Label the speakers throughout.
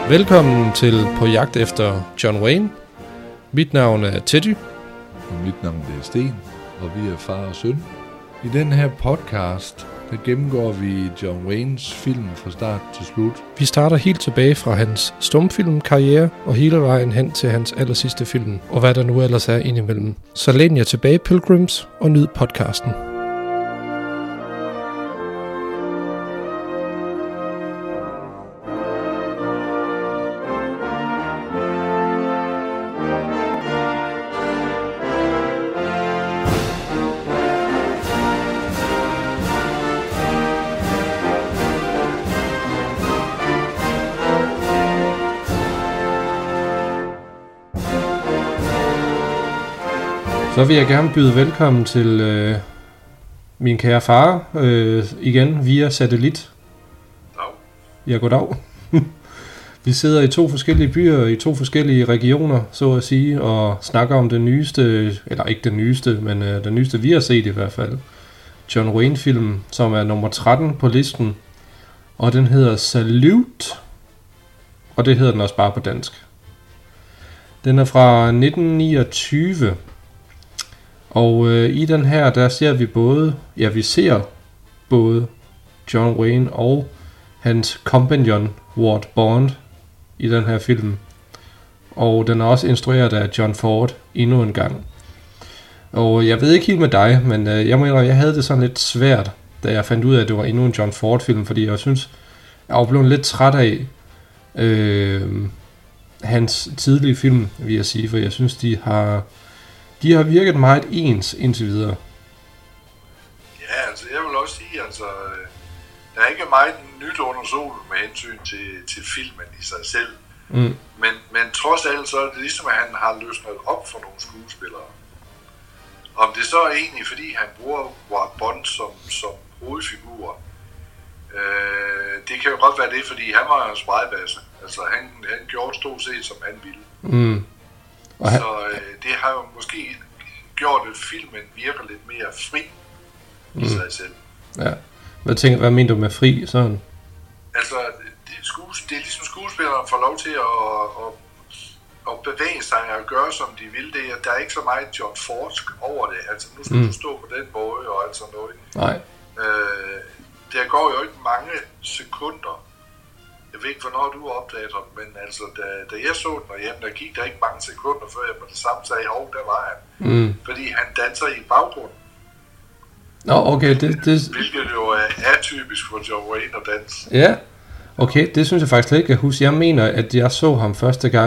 Speaker 1: Velkommen til På jagt efter John Wayne. Mit navn er Teddy.
Speaker 2: Og mit navn er Sten, og vi er far og søn. I den her podcast, der gennemgår vi John Waynes film fra start til slut.
Speaker 1: Vi starter helt tilbage fra hans stumfilmkarriere og hele vejen hen til hans allersidste film, og hvad der nu ellers er indimellem. Så læn jer tilbage, Pilgrims, og nyd podcasten. Så vil jeg gerne byde velkommen til min kære far, igen via satellit.
Speaker 3: Dag.
Speaker 1: Ja, goddag. Vi sidder i to forskellige byer, i to forskellige regioner, så at sige, og snakker om den nyeste, eller ikke den nyeste, men den nyeste vi har set i hvert fald, John Wayne-film, som er nummer 13 på listen, og den hedder Salute, og det hedder den også bare på dansk. Den er fra 1929, og i den her, der ser vi ser både John Wayne og hans companion Ward Bond i den her film. Og den er også instrueret af John Ford endnu en gang. Og jeg ved ikke helt med dig, men jeg havde det sådan lidt svært, da jeg fandt ud af, at det var endnu en John Ford film, fordi jeg synes, jeg var blevet lidt træt af hans tidlige film, vil jeg sige, for jeg synes, de har virket meget ens indtil videre.
Speaker 3: Ja, altså jeg vil også sige, altså der er ikke meget nyt under solen med hensyn til filmen i sig selv.
Speaker 1: Mm.
Speaker 3: Men trods alt så er det ligesom, at han har løsnet op for nogle skuespillere. Om det så er egentlig, fordi han bruger Ward Bond som hovedfigur. Det kan jo godt være det, fordi han var en spredbasse. Altså han gjorde stort set, som han ville.
Speaker 1: Mm.
Speaker 3: Så det har jo måske gjort, at filmen virker lidt mere fri i sig selv.
Speaker 1: Ja. Hvad mener du med fri sådan?
Speaker 3: Altså, det er ligesom skuespillerne får lov til at bevæge sig og gøre, som de vil. Der er ikke så meget John Fordsk over det. Altså, nu skal du stå på den måde og alt sådan noget.
Speaker 1: Nej.
Speaker 3: Der går jo ikke mange sekunder. Jeg ved ikke, hvornår du opdagede den, men altså, da jeg så den derhjemme, der gik der ikke mange sekunder, før jeg på det samme sagde, der var han. Mm. Fordi han danser i baggrunden.
Speaker 1: Nå, okay.
Speaker 3: Hvilket jo er atypisk for John Wayne at danse.
Speaker 1: Ja, okay, det synes jeg faktisk slet ikke, jeg husker. Jeg mener, at jeg så ham første gang,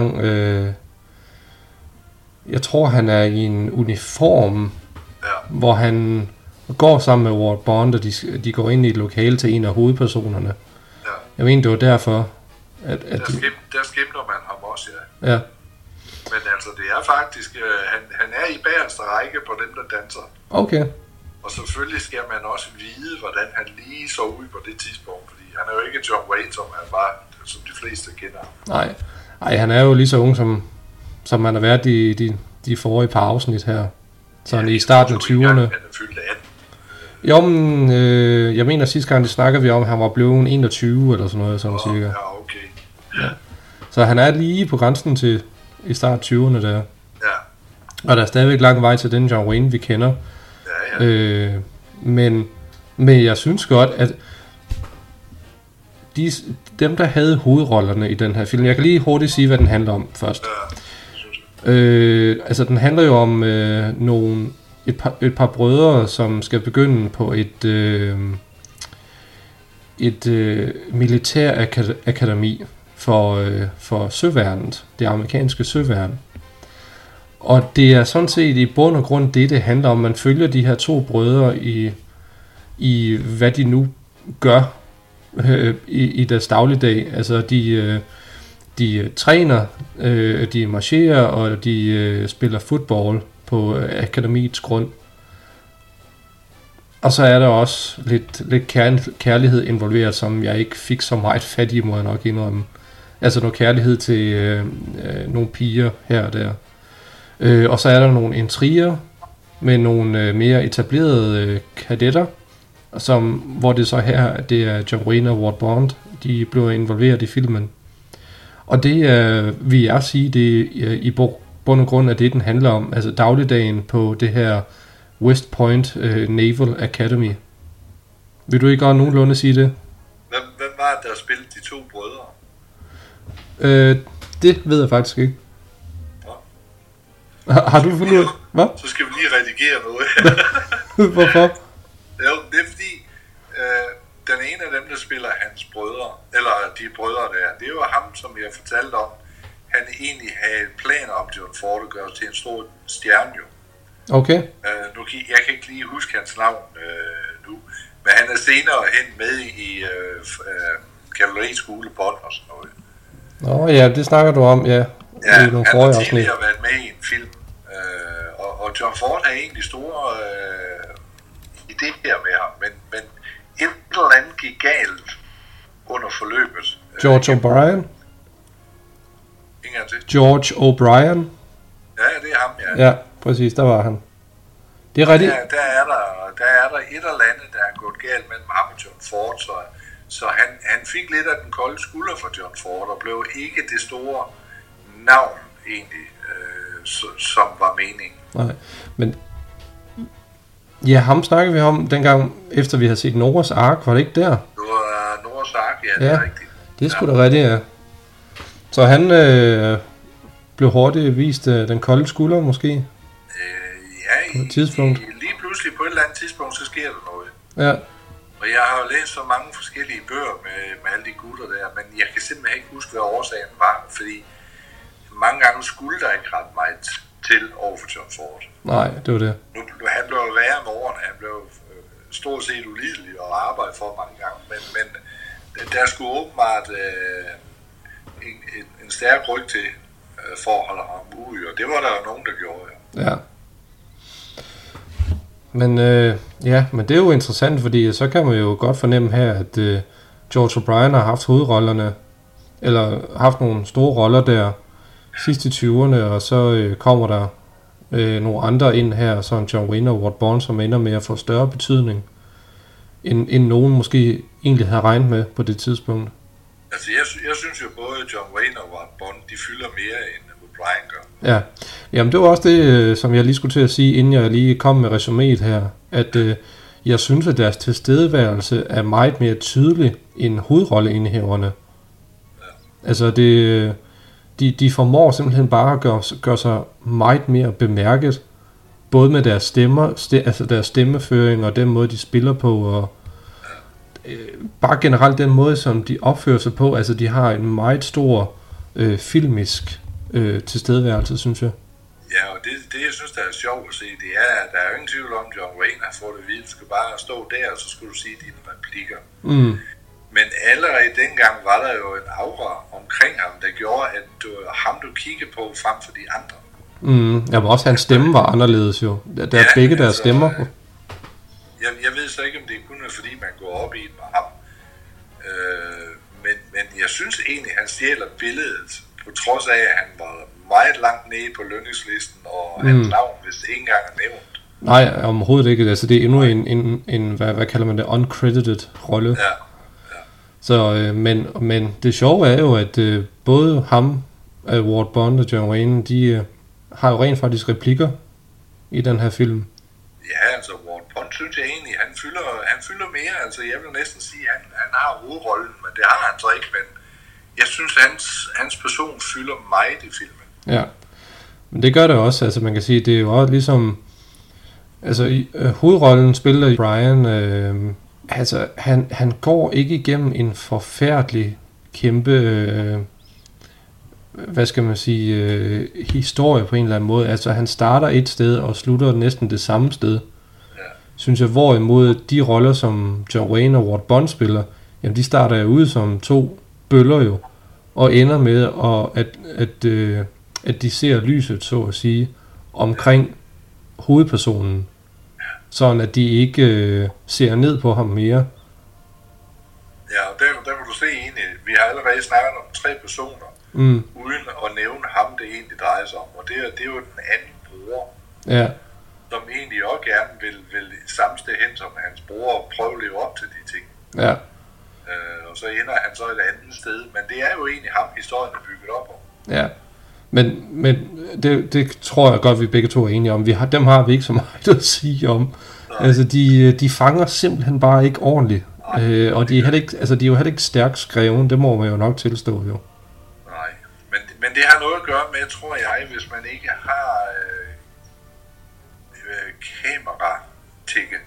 Speaker 1: jeg tror, han er i en uniform, hvor han går sammen med Ward Bond, og de går ind i et lokale til en af hovedpersonerne. Jeg mener, det var derfor, at
Speaker 3: der skimter man ham også, ja.
Speaker 1: Ja.
Speaker 3: Men altså, det er faktisk, han er i bagerste række på dem, der danser.
Speaker 1: Okay.
Speaker 3: Og selvfølgelig skal man også vide, hvordan han lige så ud på det tidspunkt, fordi han er jo ikke John Wayne, som de fleste kender.
Speaker 1: Nej, han er jo lige så ung, som man har været de forrige par afsnit her. Så han i starten af 20'erne.
Speaker 3: Han er fyldt 18.
Speaker 1: Jo, men jeg mener sidste gang, det snakker vi om, at han var blevet 21 eller sådan noget, sådan cirka.
Speaker 3: Ja, okay.
Speaker 1: Ja. Så han er lige på grænsen til i start 20'erne der.
Speaker 3: Ja.
Speaker 1: Og der er stadigvæk lang vej til den John Wayne, vi kender.
Speaker 3: Ja.
Speaker 1: Men jeg synes godt, at dem, der havde hovedrollerne i den her film, jeg kan lige hurtigt sige, hvad den handler om først.
Speaker 3: Ja,
Speaker 1: altså, den handler jo om et par brødre, som skal begynde på et militærakademi for søværnet, det amerikanske søværn. Og det er sådan set i bund og grund det handler om. Man følger de her to brødre i hvad de nu gør i deres dagligdag. Altså de træner, de marcherer, og de spiller fodbold på akademiets grund. Og så er der også lidt kærlighed involveret, som jeg ikke fik så meget fat i, må jeg nok indrømme. Altså noget kærlighed til nogle piger her og der. Og så er der nogle intriger med nogle mere etablerede kadetter, hvor det så her, det er John Wayne og Ward Bond, de bliver involveret i filmen. Og det vil jeg sige, det er i bund og grund af det, den handler om. Altså dagligdagen på det her West Point Naval Academy. Vil du ikke godt nogenlunde sige det?
Speaker 3: Hvem var det, der spillede de to brødre?
Speaker 1: Det ved jeg faktisk ikke. Har du fundet ud? Hvad?
Speaker 3: Så skal vi lige redigere noget.
Speaker 1: Hvorfor?
Speaker 3: Jo, det er fordi, den ene af dem, der spiller hans brødre, eller de brødre der, det er jo ham, som jeg fortalte om, han egentlig havde planer om John Ford at gøre til en stor stjerne jo.
Speaker 1: Okay.
Speaker 3: Jeg kan ikke lige huske hans navn nu, men han er senere hen med i kavaleriskole Bond og sådan noget.
Speaker 1: Nå ja, det snakker du om, ja.
Speaker 3: Ja, han har tidligere været med i en film, og John Ford har egentlig store idéer med ham, men et eller andet gik galt under forløbet.
Speaker 1: George O'Brien?
Speaker 3: Ingen til.
Speaker 1: George O'Brien?
Speaker 3: Ja, det er ham, ja.
Speaker 1: Ja, præcis, der var han. Det er rigtigt.
Speaker 3: Ja, der er der et eller andet, der er gået galt mellem ham og John Ford, så han fik lidt af den kolde skulder for John Ford, og blev ikke det store navn egentlig, som var meningen.
Speaker 1: Nej, men ja, ham snakkede vi om dengang, efter vi havde set Noras Ark, var det ikke der?
Speaker 3: Det var Noras Ark, ja, det er rigtigt.
Speaker 1: Det er sgu da rigtigt, ja. Så han blev hurtigt vist den kolde skulder, måske?
Speaker 3: Ja,
Speaker 1: på et tidspunkt.
Speaker 3: Lige pludselig på et eller andet tidspunkt, så sker der noget.
Speaker 1: Ja.
Speaker 3: Og jeg har jo læst så mange forskellige bøger med alle de gutter der, men jeg kan simpelthen ikke huske, hvad årsagen var, fordi mange gange skulle der ikke ret meget til over for John Ford.
Speaker 1: Nej, det var det.
Speaker 3: Han blev værre med årene, han blev stort set ulidelig og arbejde for mange gange, men der skulle åbenbart en stærk ryg til for at holde ham ude, og det var der jo nogen, der gjorde.
Speaker 1: Ja. Men men det er jo interessant, fordi så kan man jo godt fornemme her, at George O'Brien har haft hovedrollerne, eller haft nogle store roller der sidst i 20'erne, og så kommer der nogle andre ind her, sådan John Wayne og Ward Bond, som ender med at få større betydning, end nogen måske egentlig havde regnet med på det tidspunkt.
Speaker 3: Altså jeg synes jo både John Wayne og Ward Bond, de fylder mere end O'Brien gør.
Speaker 1: Ja, jamen det var også det, som jeg lige skulle til at sige, inden jeg lige kom med resuméet her, at jeg synes, at deres tilstedeværelse er meget mere tydelig end hovedrolleindehaverne. Ja. Altså de formår simpelthen bare at gøre sig meget mere bemærket, både med deres stemmer, altså deres stemmeføring og den måde, de spiller på, og bare generelt den måde, som de opfører sig på. Altså de har en meget stor filmisk tilstedeværelse, synes jeg.
Speaker 3: Ja, og det jeg synes, der er sjovt at se, det er, at der er jo ingen tvivl om, John Wayne har fået det at vide. Du skal bare stå der, og så skal du sige dine replikker. Mm. Men allerede dengang var der jo en aura omkring ham, der gjorde, at det var ham, du kiggede på frem for de andre.
Speaker 1: Mm. Ja, men også hans stemme var anderledes jo. Der er begge deres stemmer.
Speaker 3: Jeg ved så ikke, om det er kun fordi, man går op i det med ham. Men jeg synes egentlig, han stjæler billedet, på trods af, at han var meget langt nede på lønningslisten, og hans navn vist ikke engang er nævnt.
Speaker 1: Nej, overhovedet ikke. Altså, det er endnu en hvad kalder man det, uncredited rolle.
Speaker 3: Ja.
Speaker 1: Så, men det sjove er jo, at både ham, Ward Bond og John Wayne, de har jo rent faktisk replikker i den her film.
Speaker 3: Ja, altså Ward Bond synes jeg egentlig, han fylder mere. Altså jeg vil næsten sige, at han har hovedrollen, men det har han så ikke. Men jeg synes, hans person fylder meget i filmen. Ja,
Speaker 1: men det gør det også. Altså man kan sige, det er jo også ligesom, altså hovedrollen spiller Brian. Altså han går ikke igennem en forfærdelig kæmpe hvad skal man sige, historie på en eller anden måde. Altså han starter et sted og slutter næsten det samme sted. Ja. Synes jeg, hvorimod de roller, som John Wayne og Ward Bond spiller, jamen de starter jo ud som to bøller jo, og ender med at de ser lyset, så at sige, omkring hovedpersonen, sådan at de ikke ser ned på ham mere.
Speaker 3: Ja, og der kan du se egentlig, vi har allerede snakket om 3 personer, uden at nævne ham, det egentlig drejer sig om. Og det er jo den anden bror, som egentlig også gerne vil samme sted hen som hans bror, og prøve at leve op til de ting.
Speaker 1: Ja.
Speaker 3: Og og så ender han så et andet sted. Men det er jo egentlig ham, historien er bygget op om.
Speaker 1: Ja, men det tror jeg godt, vi begge to er enige om. Dem har vi ikke så meget at sige om. Nej. Altså, de fanger simpelthen bare ikke ordentligt. Og de er jo heller ikke stærkt skrevet, det må man jo nok tilstå, jo.
Speaker 3: Nej, men det har noget at gøre med, tror jeg, hvis man ikke har kamera-tikke.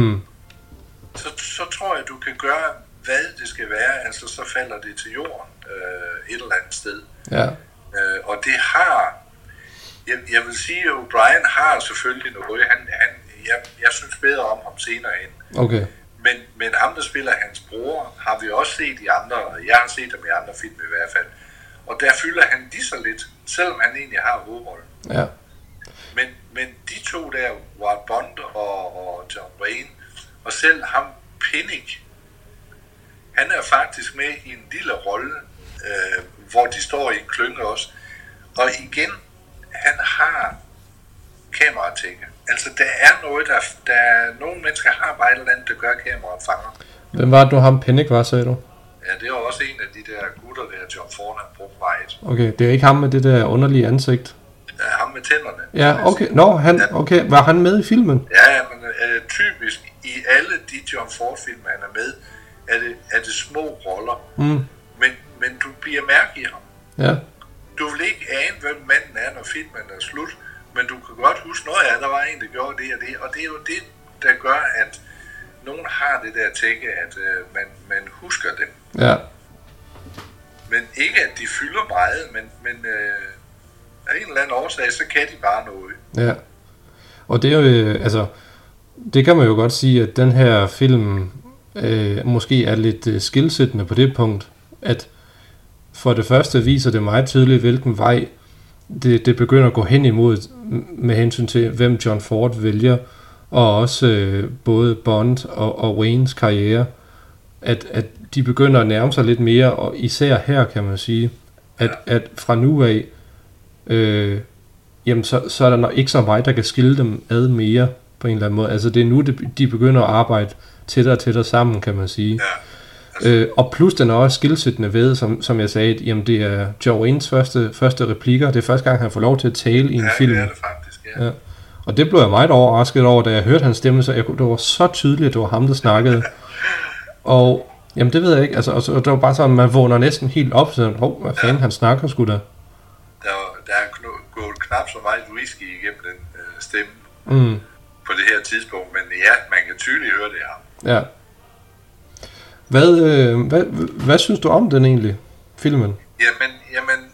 Speaker 3: Så tror jeg, du kan gøre, hvad det skal være, altså så falder det til jorden et eller andet sted.
Speaker 1: Ja.
Speaker 3: Og det har, jeg vil sige, at O'Brien har selvfølgelig noget, jeg synes bedre om ham senere hen.
Speaker 1: Okay.
Speaker 3: Men ham, der spiller hans bror, har vi også set i andre, jeg har set ham i andre film i hvert fald, og der fylder han lige så lidt, selvom han egentlig har hovedrollen.
Speaker 1: Ja.
Speaker 3: Men de to der, Ward Bond og John Wayne, og selv ham, Pinnick, han er faktisk med i en lille rolle, hvor de står i en klynge også. Og igen, han har kameratække. Altså, der er noget, der nogle mennesker har bare et eller andet, der gør kameraet fanger.
Speaker 1: Hvem var det nu, ham Pinnick var, sagde du?
Speaker 3: Ja, det er også en af de der gutter, der John Ford har brugt meget.
Speaker 1: Okay, det er ikke ham med det der underlige ansigt?
Speaker 3: Ja, ham med tænderne.
Speaker 1: Ja, okay. Okay. Var han med i filmen?
Speaker 3: Ja, men typisk i alle de John Ford-film, han er med, er det små roller. Men du bliver mærke i ham.
Speaker 1: Ja.
Speaker 3: Du vil ikke ane, hvem manden er, når filmen er slut, men du kan godt huske, at der var en, der gjorde det og det, og det er jo det, der gør, at nogen har det der tænke, at man husker dem.
Speaker 1: Ja.
Speaker 3: Men ikke, at de fylder meget, men af en eller anden årsag, så kan de bare noget.
Speaker 1: Ja. Og det er jo, det kan man jo godt sige, at den her film måske er lidt skilsættende på det punkt, at for det første viser det meget tydeligt, hvilken vej det begynder at gå hen imod med hensyn til, hvem John Ford vælger, og også både Bond og Waynes karriere, at de begynder at nærme sig lidt mere, og især her kan man sige, at fra nu af, jamen så er der nok ikke så meget, der kan skille dem ad mere på en eller anden måde. Altså det er nu, de begynder at arbejde tættere og tættere sammen, kan man sige. Ja. Og plus den er også skilsættende ved, som jeg sagde, jamen det er John Waynes første replikker. Det er første gang, han får lov til at tale i en film.
Speaker 3: Ja, det er det faktisk, ja.
Speaker 1: Og det blev jeg meget overrasket over, da jeg hørte hans stemme, så det var så tydeligt, at det var ham, der snakkede. Og jamen det ved jeg ikke, altså det var bare sådan, man vågner næsten helt op, så hvad fanden han snakker sgu da.
Speaker 3: Der er gået knap så meget whisky igennem den stemme på det her tidspunkt, men ja, man kan tydeligt høre det her. Ja.
Speaker 1: Hvad synes du om den egentlig, filmen?
Speaker 3: Jamen,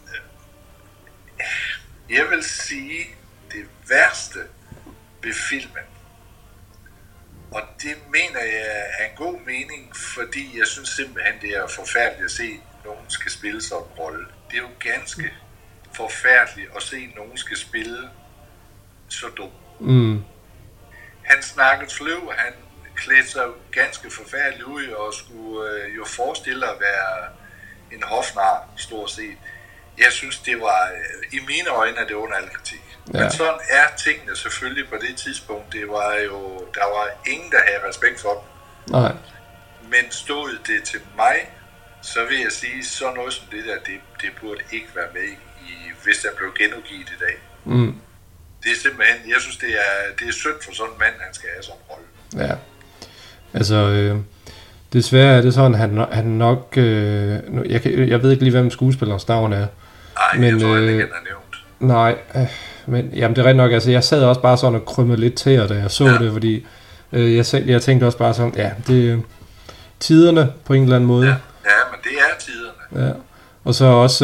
Speaker 3: jeg vil sige, det værste ved filmen, og det mener jeg er en god mening, fordi jeg synes simpelthen, det er forfærdeligt at se, at nogen skal spille sådan en rolle. Det er jo ganske forfærdeligt at se, at nogen skal spille så dum. Han snakkede sløv, han klædte sig ganske forfærdeligt ud og skulle jo forestille at være en hofnar, stort set. Jeg synes, det var, i mine øjne, er det under al kritik. Ja. Men sådan er tingene selvfølgelig på det tidspunkt. Det var jo, der var ingen, der havde respekt for dem. Nej. Men stod det til mig, så vil jeg sige, sådan noget som det der, det burde ikke være med hvis der blev genudgivet i dag. Det er simpelthen, jeg synes, det er synd for sådan en mand, han skal have sådan en rolle.
Speaker 1: Ja. Altså, desværre er det sådan, han nok, jeg ved ikke lige, hvem skuespillerens navn er.
Speaker 3: Nej, men, jeg tror ikke, han har nævnt.
Speaker 1: Nej, men jamen, det er rigtig nok, altså jeg sad også bare sådan og krymmede lidt til, da jeg så det, fordi jeg tænkte også bare sådan, ja, det er tiderne på en eller anden måde.
Speaker 3: Ja, men det er tiderne.
Speaker 1: Ja, og så også,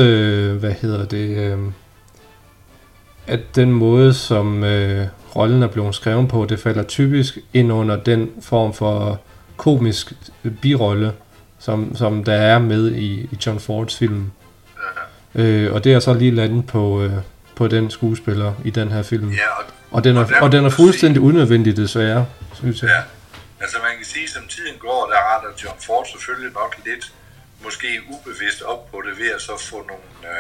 Speaker 1: at den måde, som rollen er blevet skrevet på, det falder typisk ind under den form for komisk birolle, som der er med i John Fords film. Og det er så lige landet på den skuespiller i den her film.
Speaker 3: Ja,
Speaker 1: og den er fuldstændig unødvendig, desværre, synes jeg.
Speaker 3: Ja, altså man kan sige, som tiden går, der retter John Ford selvfølgelig nok lidt, måske ubevidst op på det, ved at så få nogle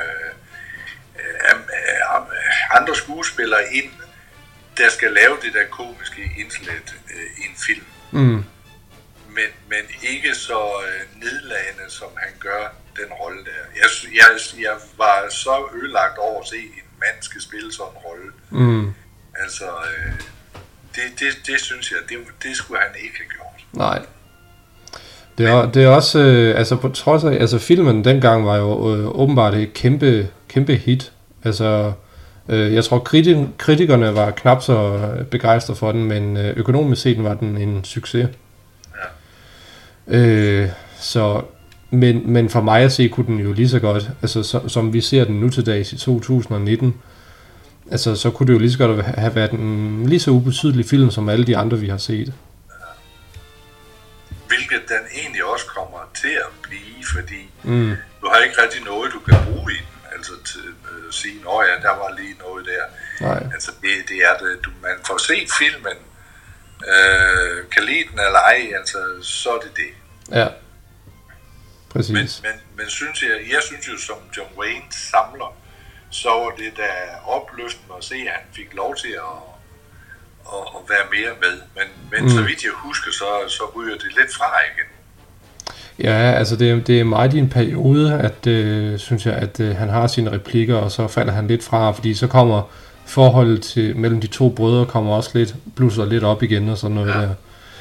Speaker 3: andre skuespillere ind, der skal lave det der komiske indslæt i en film. men ikke så nedladende, som han gør den rolle der. Jeg var så ødelagt over at se en mand skal spille sådan en rolle. Altså, det synes jeg, det skulle han ikke have gjort.
Speaker 1: Nej. Det er også, altså på trods af, altså filmen dengang var jo åbenbart et kæmpe hit. Altså, jeg tror kritikerne var knap så begejstrede for den, men økonomisk set var den en succes. Ja. Men for mig at se, kunne den jo lige så godt, altså som vi ser den nu til dags i 2019, altså så kunne det jo lige så godt have været en lige så ubetydelig film som alle de andre vi har set.
Speaker 3: Hvilket den egentlig også kommer til at blive, fordi du har ikke rigtig noget, du kan bruge i den. Altså til at sige, nå ja, der var lige noget der.
Speaker 1: Nej.
Speaker 3: Altså det er det, man får set filmen, kan lide den eller ej, altså så er det.
Speaker 1: Ja, præcis.
Speaker 3: Men jeg synes jo som John Wayne samler, så var det da opløftende at se, at han fik lov til at være mere med. Men så vidt jeg husker, så ryger det lidt fra igen.
Speaker 1: Ja, altså det er meget i en periode, at synes jeg, at han har sine replikker, og så falder han lidt fra, fordi så kommer forholdet mellem de to brødre kommer også lidt, blusser lidt op igen og sådan noget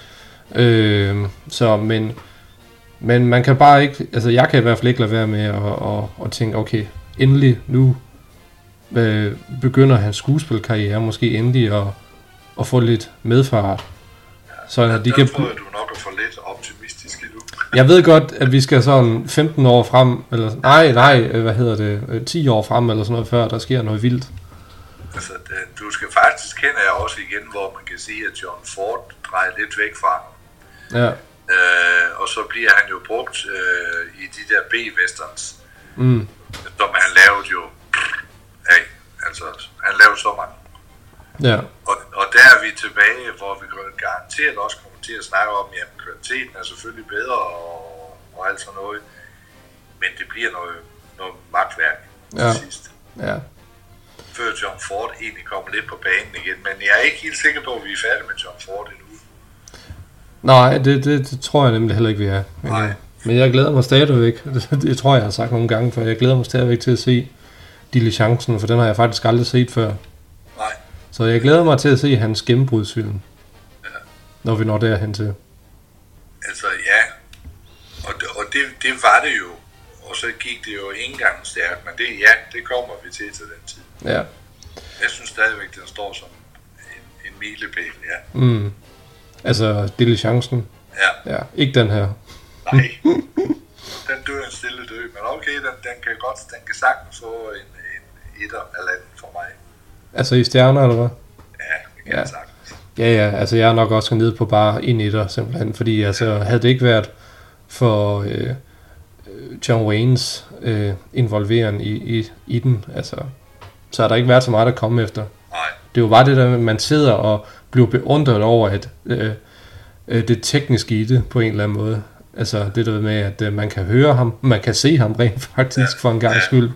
Speaker 1: der. Men man kan bare ikke, altså jeg kan i hvert fald ikke lade være med at tænke, okay, endelig nu begynder hans skuespilkarriere måske endelig at få lidt medfart. Så de kan...
Speaker 3: tror jeg, du nok er for lidt optimistisk endnu.
Speaker 1: Jeg ved godt, at vi skal sådan 15 år frem, eller nej, 10 år frem, eller sådan noget, før der sker noget vildt.
Speaker 3: Altså, du skal faktisk kende jeg også igen, hvor man kan sige, at John Ford drejer lidt væk fra ham.
Speaker 1: Ja.
Speaker 3: Og så bliver han jo brugt i de der B-westerns, som han lavede jo, altså han lavede så mange.
Speaker 1: Ja.
Speaker 3: Og der er vi tilbage, hvor vi garanteret også kommer til at snakke om, at kvaliteten er selvfølgelig bedre og alt sådan noget, men det bliver noget magtværk til sidst. Ja. Før John Ford egentlig kommer lidt på banen igen, men jeg er ikke helt sikker på, at vi er færdige med John Ford endnu.
Speaker 1: Nej, det tror jeg nemlig heller ikke, vi er. Men jeg glæder mig stadigvæk, det tror jeg har sagt nogle gange, for jeg glæder mig stadigvæk til at se Diligencen, for den har jeg faktisk aldrig set før.
Speaker 3: Nej.
Speaker 1: Så jeg glæder mig til at se hans gennembrudsfilm, når vi når derhen til.
Speaker 3: Altså ja, og det var det jo, og så gik det jo ikke engang stærkt, men det kommer vi til den tid.
Speaker 1: Ja.
Speaker 3: Jeg synes stadigvæk, den står som en milepæl, ja.
Speaker 1: Altså Diligencen? Ja. Ikke den her.
Speaker 3: Nej. Den dør en stille død, men okay, den kan sagtens få en etter eller anden for mig.
Speaker 1: Altså i stjerner, eller hvad?
Speaker 3: Ja, det kan jeg sagtens.
Speaker 1: Ja, altså jeg er nok også nede på bare en etter, simpelthen, fordi altså havde det ikke været for John Waynes involveren i den, altså, så har der ikke været så meget at komme efter.
Speaker 3: Nej.
Speaker 1: Det er jo bare det der, man sidder og bliver beundret over, at det tekniske i det på en eller anden måde. Altså det der med, at man kan høre ham, man kan se ham rent faktisk for en gang skyld.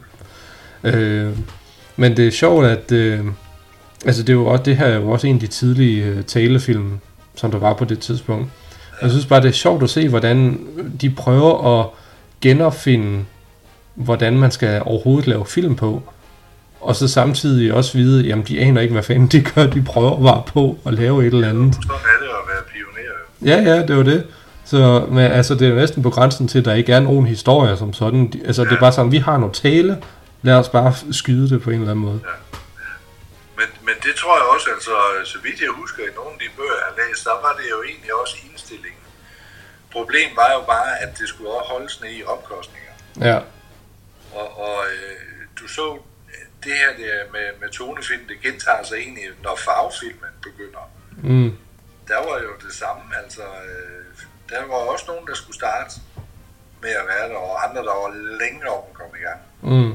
Speaker 1: Men det er sjovt, at altså det er jo også, det her er jo også en af de tidlige talefilm, som der var på det tidspunkt. Jeg synes bare, det er sjovt at se, hvordan de prøver at genopfinde, hvordan man skal overhovedet lave film på. Og så samtidig også vide, jamen de aner ikke, hvad fanden de gør, de prøver bare på at lave et eller andet.
Speaker 3: Sådan er det at være pioner.
Speaker 1: Ja, det var det. Så men, altså, det er næsten på grænsen til, at der ikke er nogen historie som sådan. Altså det er bare sådan, vi har noget tale, lad os bare skyde det på en eller anden måde.
Speaker 3: Ja. Men det tror jeg også, altså så vidt jeg husker i nogle af de bøger, jeg har læst, så var det jo egentlig også indstillingen. Problemet var jo bare, at det skulle også holdes ned i omkostninger.
Speaker 1: Ja.
Speaker 3: Og du så det her der med tonefilm, det gentager sig egentlig, når farvefilmen begynder. Der var jo det samme, altså der var også nogen, der skulle starte med at være der, og andre, der var længere om at komme i gang.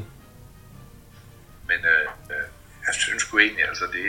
Speaker 3: Men jeg synes sgu egentlig, altså det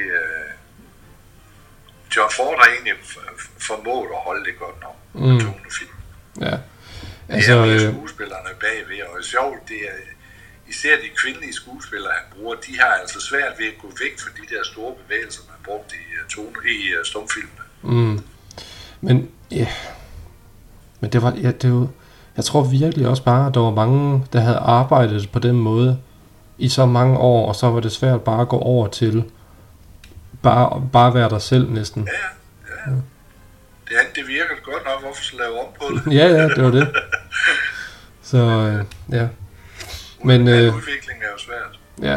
Speaker 3: John Ford har egentlig formået at holde det godt nok med tonefilm. Ja. Altså, det er skuespillerne bagved, og det er sjovt, det er især de kvindelige skuespillere, han bruger, de har altså svært ved at gå væk fra de der store bevægelser, man brugt i stumfilmene.
Speaker 1: Men ja, Men det var, ja, det var, jeg tror virkelig også bare, at der var mange, der havde arbejdet på den måde i så mange år, og så var det svært bare at gå over til bare være dig selv næsten.
Speaker 3: Ja. Det andet, det virker godt nok, hvorfor så lave om på det?
Speaker 1: Ja, det var det. Så, ja. Men
Speaker 3: udvikling er jo svært.
Speaker 1: Ja.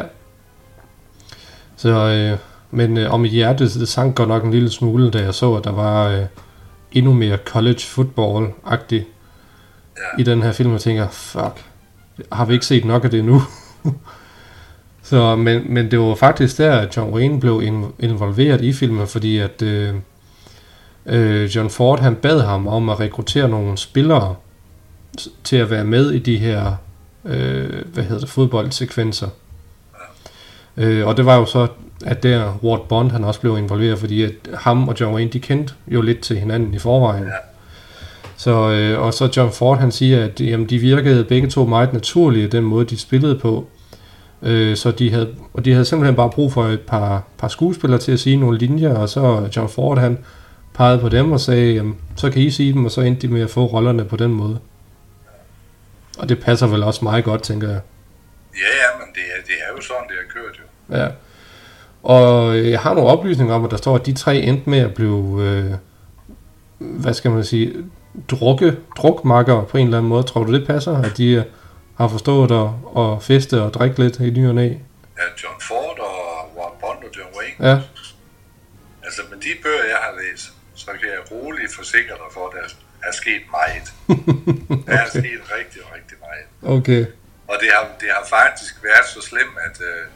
Speaker 1: Så, men om mit hjerte, det sank godt nok en lille smule, da jeg så, at der var endnu mere college football-agtigt i den her film, og tænker, fuck, har vi ikke set nok af det nu? Så, men det var faktisk der, at John Wayne blev involveret i filmen, fordi at John Ford, han bad ham om at rekruttere nogle spillere til at være med i de her fodboldsekvenser. Og det var jo så, at der Ward Bond, han også blev involveret, fordi at ham og John Wayne, de kendte jo lidt til hinanden i forvejen. Så, og så John Ford, han siger, at jamen, de virkede begge to meget naturlige, den måde, de spillede på. Så de havde simpelthen bare brug for et par skuespillere til at sige nogle linjer, og så John Ford, han pegede på dem og sagde, jamen, så kan I sige dem, og så endte de med at få rollerne på den måde. Og det passer vel også meget godt, tænker jeg.
Speaker 3: Ja, men det er jo sådan, det har kørt jo.
Speaker 1: Ja. Og jeg har nogle oplysninger om, at der står, at de tre endte med at blive, hvad skal man sige, drukmakker på en eller anden måde. Tror du, det passer, at de har forstået at feste og drikke lidt i ny og næ?
Speaker 3: Ja, John Ford og Ward Bond og John Wayne.
Speaker 1: Ja.
Speaker 3: Altså, med de bøger, jeg har læst, så kan jeg roligt forsikre dig for, at der er sket meget. Der er sket rigtig, rigtig meget.
Speaker 1: Okay.
Speaker 3: Og det har faktisk været så slemt, at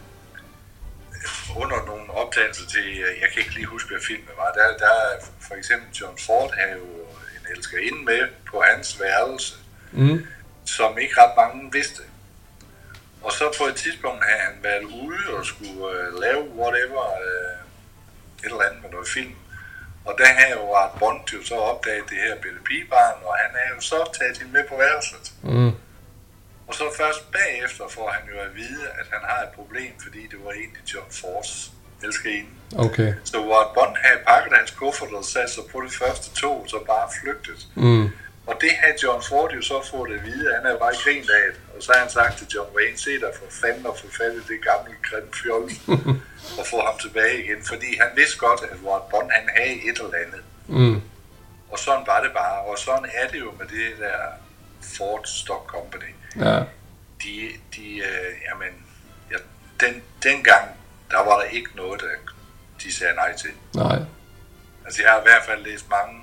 Speaker 3: under nogle optagelser til, jeg kan ikke lige huske, hvad filmen var, der for eksempel John Ford havde jo en elskerinde med på hans værelse, som ikke ret mange vidste. Og så på et tidspunkt havde han været ude og skulle lave whatever, et eller andet med noget film. Og der havde jo Ward Bond jo så opdaget det her bitte pigebarn, og han havde jo så taget hende med på værelset. Og så først bagefter får han jo at vide, at han har et problem, fordi det var egentlig John Fords elskerinde.
Speaker 1: Okay.
Speaker 3: Så Ward Bond havde pakket hans kuffert og sat sig på det første tog, så bare flygtet. Og det havde John Ford jo så fået at vide, han havde bare grint af det. Og så har han sagt til John Wayne, se dig for fanden og få fat i det gamle grimme fjols, og få ham tilbage igen. Fordi han vidste godt, at Ward Bond, han havde et eller andet. Og sådan var det bare. Og sådan er det jo med det der Ford Stock Company.
Speaker 1: Ja.
Speaker 3: Dengang, der var der ikke noget, der de sagde nej til.
Speaker 1: Nej.
Speaker 3: Altså jeg har i hvert fald læst mange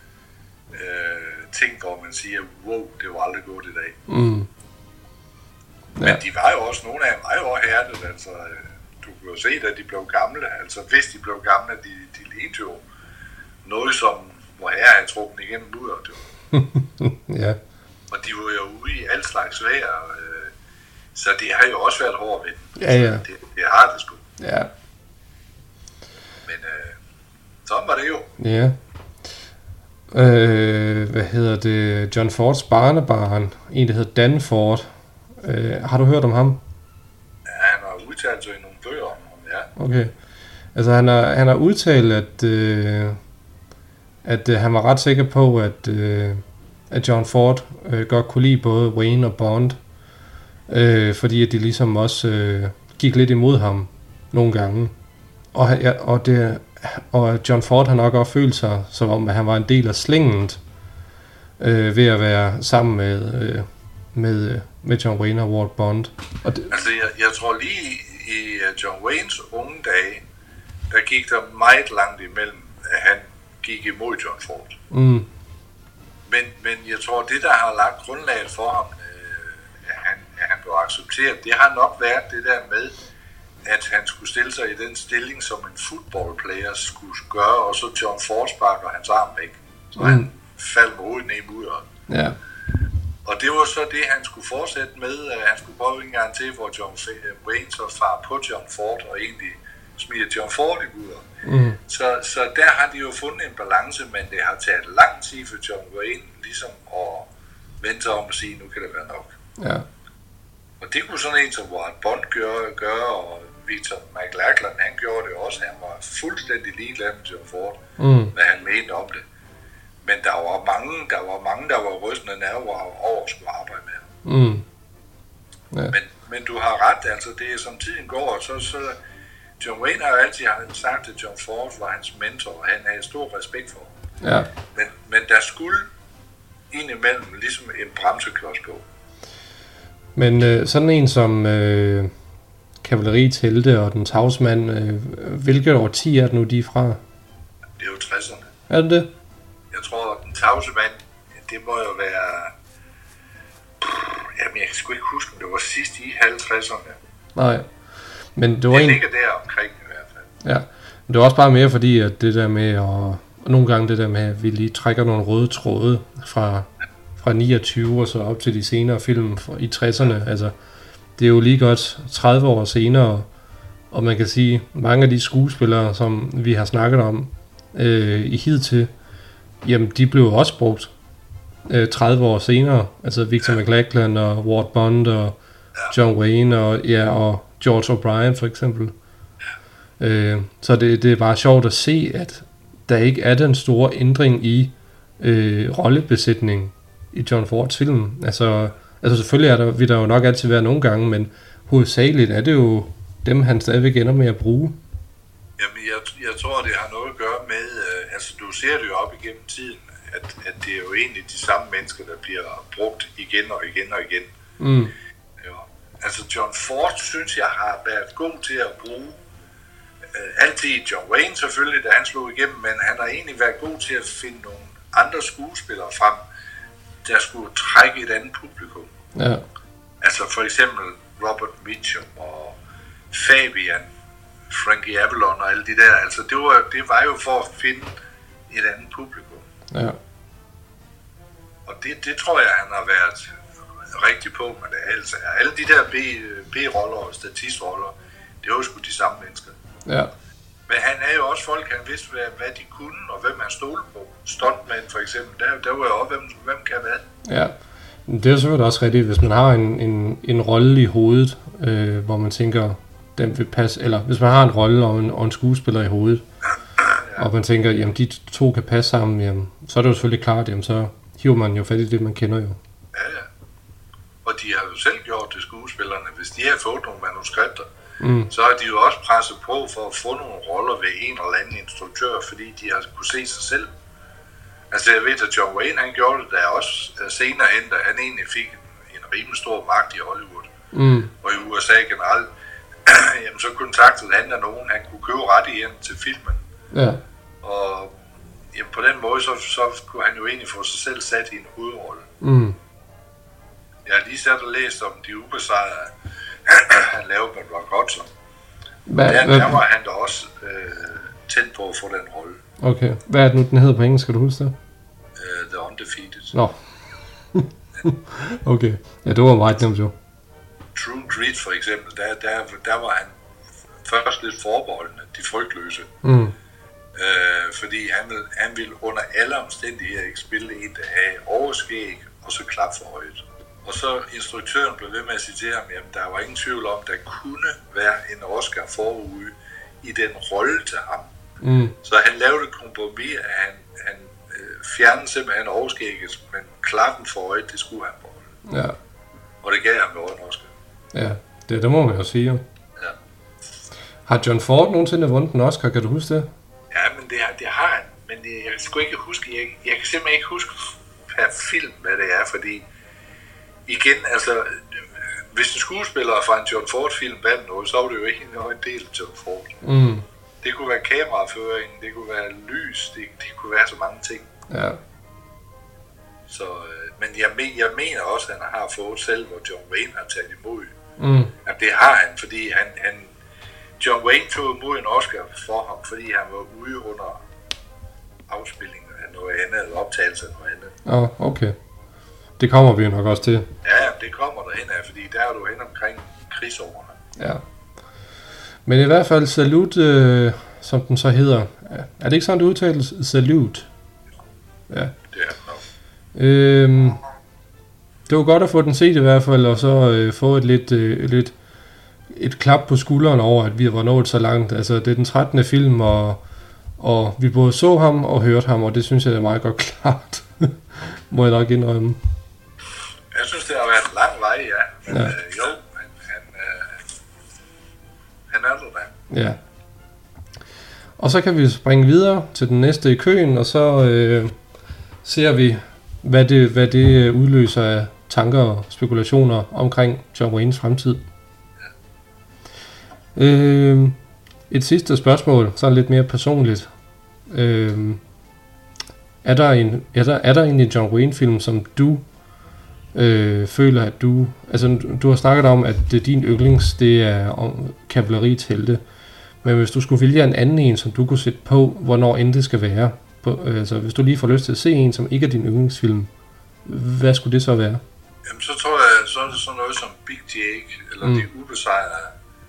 Speaker 3: ting, hvor man siger, wow, det var aldrig gået i dag. Men de var jo også, nogle af dem var jo hærdet, altså du kunne jo se, at de blev gamle, altså hvis de blev gamle, de lignede jo noget, som hvor herre havde trukket igennem mudder.
Speaker 1: Ja.
Speaker 3: Og de var jo ude i alt slags vejr, så det har jo også været hårdt ved dem.
Speaker 1: Ja.
Speaker 3: Det har det sgu.
Speaker 1: Ja.
Speaker 3: Men sådan var det jo.
Speaker 1: Ja. Hvad hedder det? John Fords barnebarn, en der hedder Dan Ford. Har du hørt om ham?
Speaker 3: Ja, han har udtalt sig i nogle bøger om ham, ja.
Speaker 1: Okay. Altså han har udtalt, at han var ret sikker på, at John Ford godt kunne lide både Wayne og Bond, fordi at de ligesom også gik lidt imod ham nogle gange. Og John Ford har nok også følt sig, som om at han var en del af slinget ved at være sammen med John Wayne og Ward Bond. Og
Speaker 3: altså jeg tror lige i John Waynes unge dage, der gik der meget langt imellem, at han gik imod John Ford. Men jeg tror, det der har lagt grundlaget for ham, at han blev accepteret, det har nok været det der med, at han skulle stille sig i den stilling, som en footballplayer skulle gøre, og så John Ford sparker hans arm væk. Så han faldt med hovedet ned i mudderen.
Speaker 1: Ja.
Speaker 3: Og det var så det, han skulle fortsætte med. Han skulle prøve en gang til, hvor John Wayne så far på John Ford, og egentlig smider John Ford i mudderen. Så der har de jo fundet en balance, men det har taget lang tid for John Wayne ligesom at vente sig om at sige, nu kan det være nok.
Speaker 1: Ja.
Speaker 3: Og det kunne sådan en som Ward Bond gøre, og Victor McLachlan, han gjorde det også. Han var fuldstændig ligeglad med John Ford, hvad han mente om det. Men der var mange, der var rystende nerver over at skulle arbejde med ham.
Speaker 1: Mm. Ja.
Speaker 3: Men du har ret, altså det er som tiden går, så John Wayne har jo altid sagt, at John Ford var hans mentor, og han havde stor respekt for ham.
Speaker 1: Ja.
Speaker 3: Men der skulle indimellem ligesom en bremseklods på.
Speaker 1: Men sådan en som kavaleriets helte og den tavsmand, hvilket årti er det nu, de er fra?
Speaker 3: Det er jo 60'erne.
Speaker 1: Er det det?
Speaker 3: Jeg tror, at den tavsmand, det må jo være... Jamen, jeg kan sgu ikke huske, om det var sidst i 50'erne.
Speaker 1: Nej. Men det var
Speaker 3: ligger der omkring i hvert fald.
Speaker 1: Ja, men det var også bare mere fordi, at det der med, og nogle gange det der med, at vi lige trækker nogle røde tråde fra 29 og så op til de senere film i 60'erne. Altså, det er jo lige godt 30 år senere, og man kan sige, mange af de skuespillere, som vi har snakket om i hidtil, jamen, de blev også brugt 30 år senere. Altså Victor McLachlan og Ward Bond og John Wayne og George O'Brien for eksempel. Så det er bare sjovt at se, at der ikke er den store ændring i rollebesætning i John Fords film. Altså selvfølgelig vil der jo nok altid være nogle gange, men hovedsageligt er det jo dem, han stadigvæk ender med at bruge.
Speaker 3: Jamen, jeg tror, det har noget at gøre med, altså du ser det jo op igennem tiden, at det er jo egentlig de samme mennesker, der bliver brugt igen og igen og igen.
Speaker 1: Mm.
Speaker 3: Ja. Altså John Ford, synes jeg, har været god til at bruge altid John Wayne selvfølgelig, da han slog igennem, men han har egentlig været god til at finde nogle andre skuespillere frem, der skulle trække et andet publikum.
Speaker 1: Ja.
Speaker 3: Altså for eksempel Robert Mitchum og Fabian, Frankie Avalon og alle de der, altså det var jo for at finde et andet publikum.
Speaker 1: Ja.
Speaker 3: Og det tror jeg, han har været rigtig på med det. Altså, alle de der B-roller og statistroller, det var jo sgu de samme mennesker.
Speaker 1: Ja.
Speaker 3: Men han er jo også folk, han vidste, hvad de kunne, og hvem han stolede på. Stuntman for eksempel, der var jo også, hvem kan hvad.
Speaker 1: Ja, det er selvfølgelig også rigtigt, hvis man har en rolle i hovedet, hvor man tænker, den vil passe, eller hvis man har en rolle og en skuespiller i hovedet, ja. Og man tænker, jamen de to kan passe sammen, jamen, så er det jo selvfølgelig klart, jamen så hiver man jo fat i det, man kender jo.
Speaker 3: Ja. Og de har jo selv gjort det, skuespillerne. Hvis de har fået nogle manuskripter, så har de jo også presset på for at få nogle roller ved en eller anden instruktør, fordi de har kunne se sig selv. Altså jeg ved, at John Wayne, han gjorde det der også senere hen, da han egentlig fik en rimelig stor magt i Hollywood. Og i USA generelt. Jamen så kontaktede han der nogen, han kunne købe rettigheden til filmen.
Speaker 1: Ja.
Speaker 3: Og jamen, på den måde, så kunne han jo egentlig få sig selv sat i en hovedrolle. Jeg har lige sat og læst om de ubesejrede, han lavede med Rock Hudson. Der var han da også tæt på at få den rolle.
Speaker 1: Okay. Hvad er det nu, den hedder på engelsk? Skal du huske det?
Speaker 3: The Undefeated.
Speaker 1: Nå. Okay. Ja, det var meget nemt jo.
Speaker 3: True Grit for eksempel, der var han først lidt forbeholdende, de frygtløse. Fordi han ville under alle omstændigheder ikke spille en, der havde overskæg og så klap for højt. Og så instruktøren blev ved med at sige til ham, jamen der var ingen tvivl om, der kunne være en Oscar forude i den rolle til ham. Så han lavede et kompromis, at han fjernede simpelthen overskægget, men klappen for højt, det skulle han beholde.
Speaker 1: Ja.
Speaker 3: Og det gav ham jo en Oscar.
Speaker 1: Ja, det må man jo sige. Jo.
Speaker 3: Ja.
Speaker 1: Har John Ford nogensinde vundet en Oscar, kan du huske det?
Speaker 3: Ja, men det har han. Men jeg kan sgu ikke huske, jeg kan simpelthen ikke huske per film, hvad det er, fordi igen, altså, hvis en skuespiller fra en John Ford-film vandt noget, så var det jo ikke en del af John Ford. Det kunne være kameraføring, det kunne være lys, det kunne være så mange ting.
Speaker 1: Ja.
Speaker 3: Så, men jeg mener også, at han har fået selv, hvor John Wayne har taget imod. At det har han, fordi John Wayne tog imod en Oscar for ham, fordi han var ude under afspilling af noget andet, eller optagelse af noget andet.
Speaker 1: Okay. Det kommer vi jo nok også til.
Speaker 3: Ja, det kommer der hen af, fordi der er du hen omkring krigsårene.
Speaker 1: Ja. Men i hvert fald Salute, som den så hedder. Er det ikke sådan, det udtales? Salute. Ja.
Speaker 3: Det er det nok.
Speaker 1: Det var godt at få den set i hvert fald, og så få et klap på skulderen over, at vi var nået så langt. Altså, det er den 13. film, og Og vi både så ham og hørte ham, og det synes jeg er meget godt klart. Må jeg nok indrømme.
Speaker 3: Jeg synes, det har været en lang vej, ja. Men jo, han er der da.
Speaker 1: Ja. Og så kan vi springe videre til den næste i køen, og så ser vi, hvad det udløser af tanker og spekulationer omkring John Waynes fremtid. Ja. Et sidste spørgsmål, så lidt mere personligt. Er der egentlig en John Wayne-film, som du føler, at du har snakket om, at din yndlings, det er kavaleriets helte. Men hvis du skulle vælge en anden en, som du kunne sætte på, hvornår end det skal være, altså hvis du lige får lyst til at se en, som ikke er din yndlingsfilm, hvad skulle det så være?
Speaker 3: Jamen så tror jeg, så er det sådan noget som Big Jake, eller De Ubesejrede.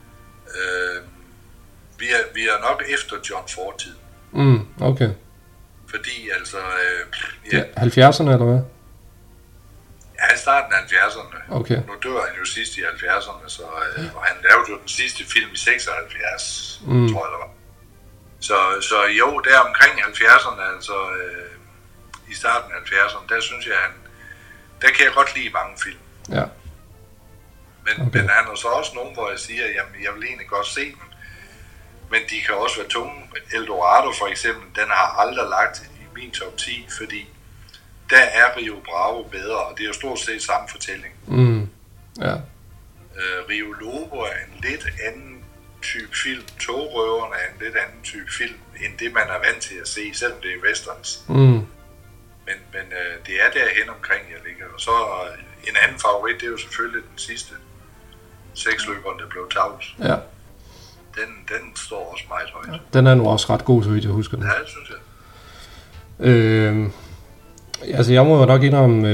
Speaker 3: Vi er nok efter John Ford-tid.
Speaker 1: Okay.
Speaker 3: Fordi altså...
Speaker 1: ja, 70'erne eller hvad?
Speaker 3: Ja, i starten af 70'erne.
Speaker 1: Okay.
Speaker 3: Nu dør han jo sidst i 70'erne, så, og han lavede jo den sidste film i 76, tror jeg det var. Så jo, der omkring 70'erne, altså i starten af 70'erne, der synes jeg, der kan jeg godt lide mange film.
Speaker 1: Ja.
Speaker 3: Men han har så også nogen, hvor jeg siger, jamen jeg vil egentlig godt se dem, men de kan også være tunge. Eldorado for eksempel, den har aldrig lagt i min top 10, fordi der er Rio Bravo bedre, og det er jo stort set samme fortælling.
Speaker 1: Ja.
Speaker 3: Rio Lobo er en lidt anden type film. Togrøverne er en lidt anden type film, end det man er vant til at se, selvom det er westerns. Men det er derhen omkring, jeg ligger. Og så en anden favorit, det er jo selvfølgelig den sidste. Seksløberen, der blev tavs.
Speaker 1: Ja.
Speaker 3: Den står også meget højt.
Speaker 1: Den er nu også ret god, så vidt jeg husker den.
Speaker 3: Ja, det synes jeg.
Speaker 1: Altså jeg må jo nok indrømme,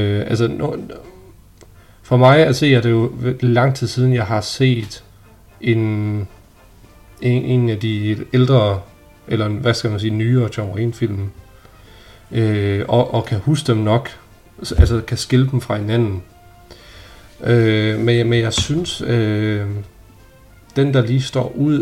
Speaker 1: for mig at se, at det jo lang tid siden, jeg har set en af de ældre, eller hvad skal man sige, nyere John Wayne-film, og kan huske dem nok, altså kan skille dem fra hinanden. Men jeg synes, den der lige står ud,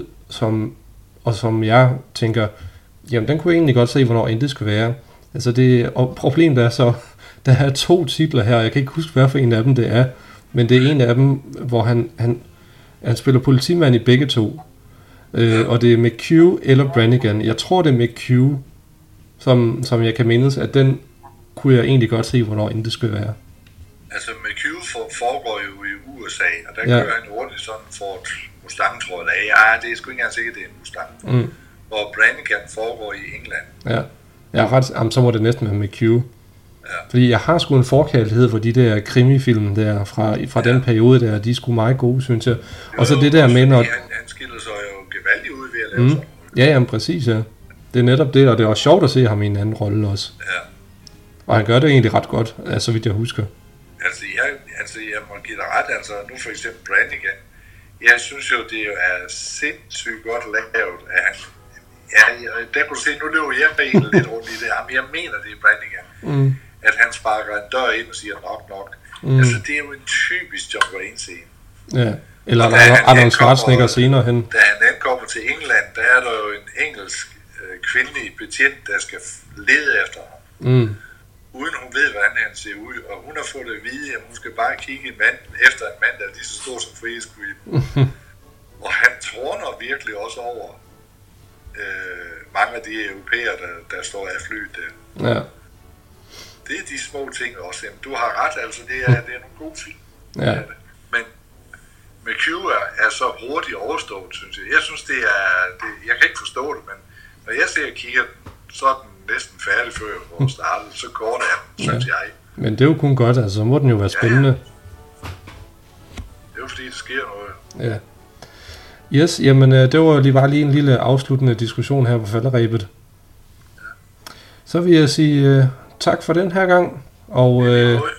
Speaker 1: som jeg tænker, jamen den kunne jeg egentlig godt se, hvornår end det skulle være. Altså og problemet er så, der er 2 titler her, jeg kan ikke huske, hvad for en af dem det er, men det er en af dem, hvor han spiller politimand i begge 2. Og det er McQ eller Brannigan. Jeg tror, det er McQ, som jeg kan mindes, at den kunne jeg egentlig godt se, hvornår end det skulle være.
Speaker 3: Altså McQ foregår jo i USA, og der kører han hurtigt sådan Ford Mustang, tror jeg. Ja, det er sgu ikke engang sikkert, det er en Mustang. Hvor Brannigan foregår i England.
Speaker 1: Ja. Jeg er ret, så må det næsten være McQ. Ja. Fordi jeg har sgu en forkærlighed for de der krimifilm der fra den periode der, de er sgu meget gode, synes jeg. Og så det der med, når...
Speaker 3: Han skiller sig jo gevaldigt ud ved at lave sådan noget.
Speaker 1: Ja, jamen præcis, ja. Det er netop det, og det er også sjovt at se ham i en anden rolle også.
Speaker 3: Ja.
Speaker 1: Og han gør det egentlig ret godt, så vidt jeg husker.
Speaker 3: Altså, jeg må give dig ret, altså nu for eksempel Brannigan. Jeg synes jo, det er sindssygt godt lavet af han. Ja, der kunne du se, nu løber jeg egentlig lidt rundt i det her, men jeg mener, det er Brannigan. At han sparker en dør ind og siger nok. Altså, det er jo en typisk John Wayne-scene.
Speaker 1: Ja, eller Arnold Schwarzenegger senere hen.
Speaker 3: Da han ankommer til England, der er der jo en engelsk kvindelig betjent, der skal lede efter ham. Uden hun ved, hvordan han ser ud. Og hun har fået at vide, at hun skal bare kigge efter en mand, der er lige så stor som frihedsgriben. Og han tårner virkelig også over mange af de europæere, der står af flyet der.
Speaker 1: Ja.
Speaker 3: Det er de små ting også. Jamen, du har ret, altså det er nogle gode film.
Speaker 1: Ja.
Speaker 3: Men McQ er så hurtigt overstået, synes jeg. Jeg synes, jeg kan ikke forstå det, men når jeg ser og kigger, så er den næsten færdig før jeg får startet. Så går det af, synes jeg.
Speaker 1: Men det er jo kun godt, altså så må den jo være spændende.
Speaker 3: Ja. Det er jo fordi, det sker noget.
Speaker 1: Ja. Yes, jamen det var jo bare lige en lille afsluttende diskussion her på falderæbet. Ja. Så vil jeg sige tak for den her gang, og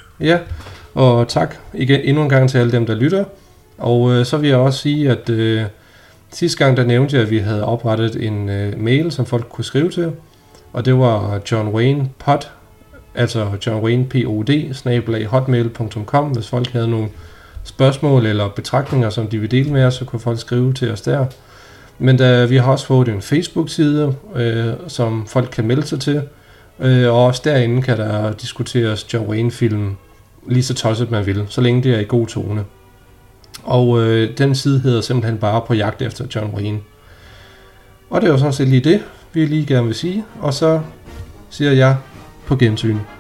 Speaker 1: og tak igen endnu en gang til alle dem, der lytter. Og så vil jeg også sige, at sidste gang der nævnte jeg, at vi havde oprettet en mail, som folk kunne skrive til, og det var John Wayne Pod, altså John Wayne pod@hotmail.com. Hvis folk havde nogle spørgsmål eller betragtninger, som de vil dele med os, så kunne folk skrive til os der. Men vi har også fået en Facebook-side, som folk kan melde sig til. Og også derinde kan der diskuteres John Wayne-film lige så tosset man vil, så længe det er i god tone. Og den side hedder simpelthen bare På jagt efter John Wayne. Og det er jo sådan set lige det, vi lige gerne vil sige. Og så siger jeg på gensyn.